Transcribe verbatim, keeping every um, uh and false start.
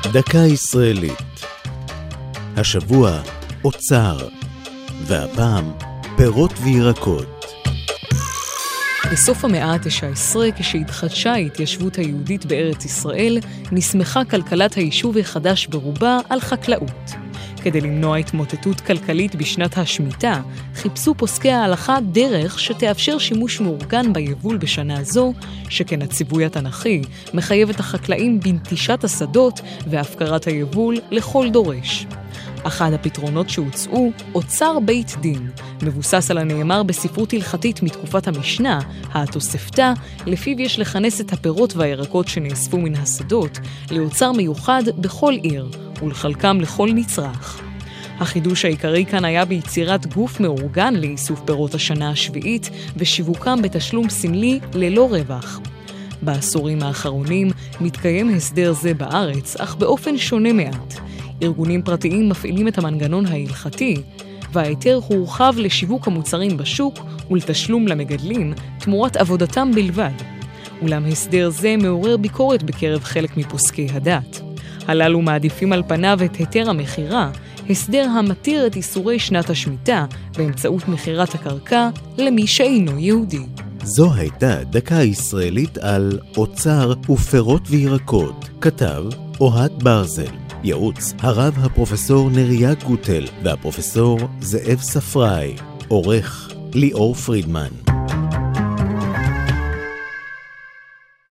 דקה ישראלית. השבוע אוצר, והפעם פירות וירקות. בסוף המאה ה-תשע עשרה, כשהתחדשה ההתיישבות היהודית בארץ ישראל, נסמכה כלכלת היישוב החדש ברובה על חקלאות. כדי למנוע התמוטטות כלכלית בשנת השמיטה, חיפשו פוסקי ההלכה דרך שתאפשר שימוש מאורגן ביבול בשנה זו, שכן הציווי התנ"כי מחייב את החקלאים בנטישת השדות והפקרת היבול לכל דורש. אחד הפתרונות שהוצאו, אוצר בית דין, מבוסס על הנאמר בספרות הלכתית מתקופת המשנה, התוספתא, לפיו יש לכנס את הפירות והירקות שנאספו מן השדות, לאוצר מיוחד בכל עיר, ולחלקם לכל נצרך. החידוש העיקרי כאן היה ביצירת גוף מאורגן לאיסוף פירות השנה השביעית, ושיווקם בתשלום סמלי ללא רווח. בעשורים האחרונים מתקיים הסדר זה בארץ, אך באופן שונה מעט. ארגונים פרטיים מפעילים את המנגנון ההלכתי, וההיתר הורחב לשיווק המוצרים בשוק ולתשלום למגדלים תמורת עבודתם בלבד. אולם הסדר זה מעורר ביקורת בקרב חלק מפוסקי הדת. הללו מעדיפים על פניו את היתר המחירה, הסדר המתיר את איסורי שנת השמיטה באמצעות מחירת הקרקע למי שאינו יהודי. זו הייתה דקה ישראלית על אוצר ופירות וירקות. כתב אוהד ברזל. ייעוץ הרב הפרופסור נריה גוטל והפרופסור זאב ספראי. עורך ליאור פרידמן.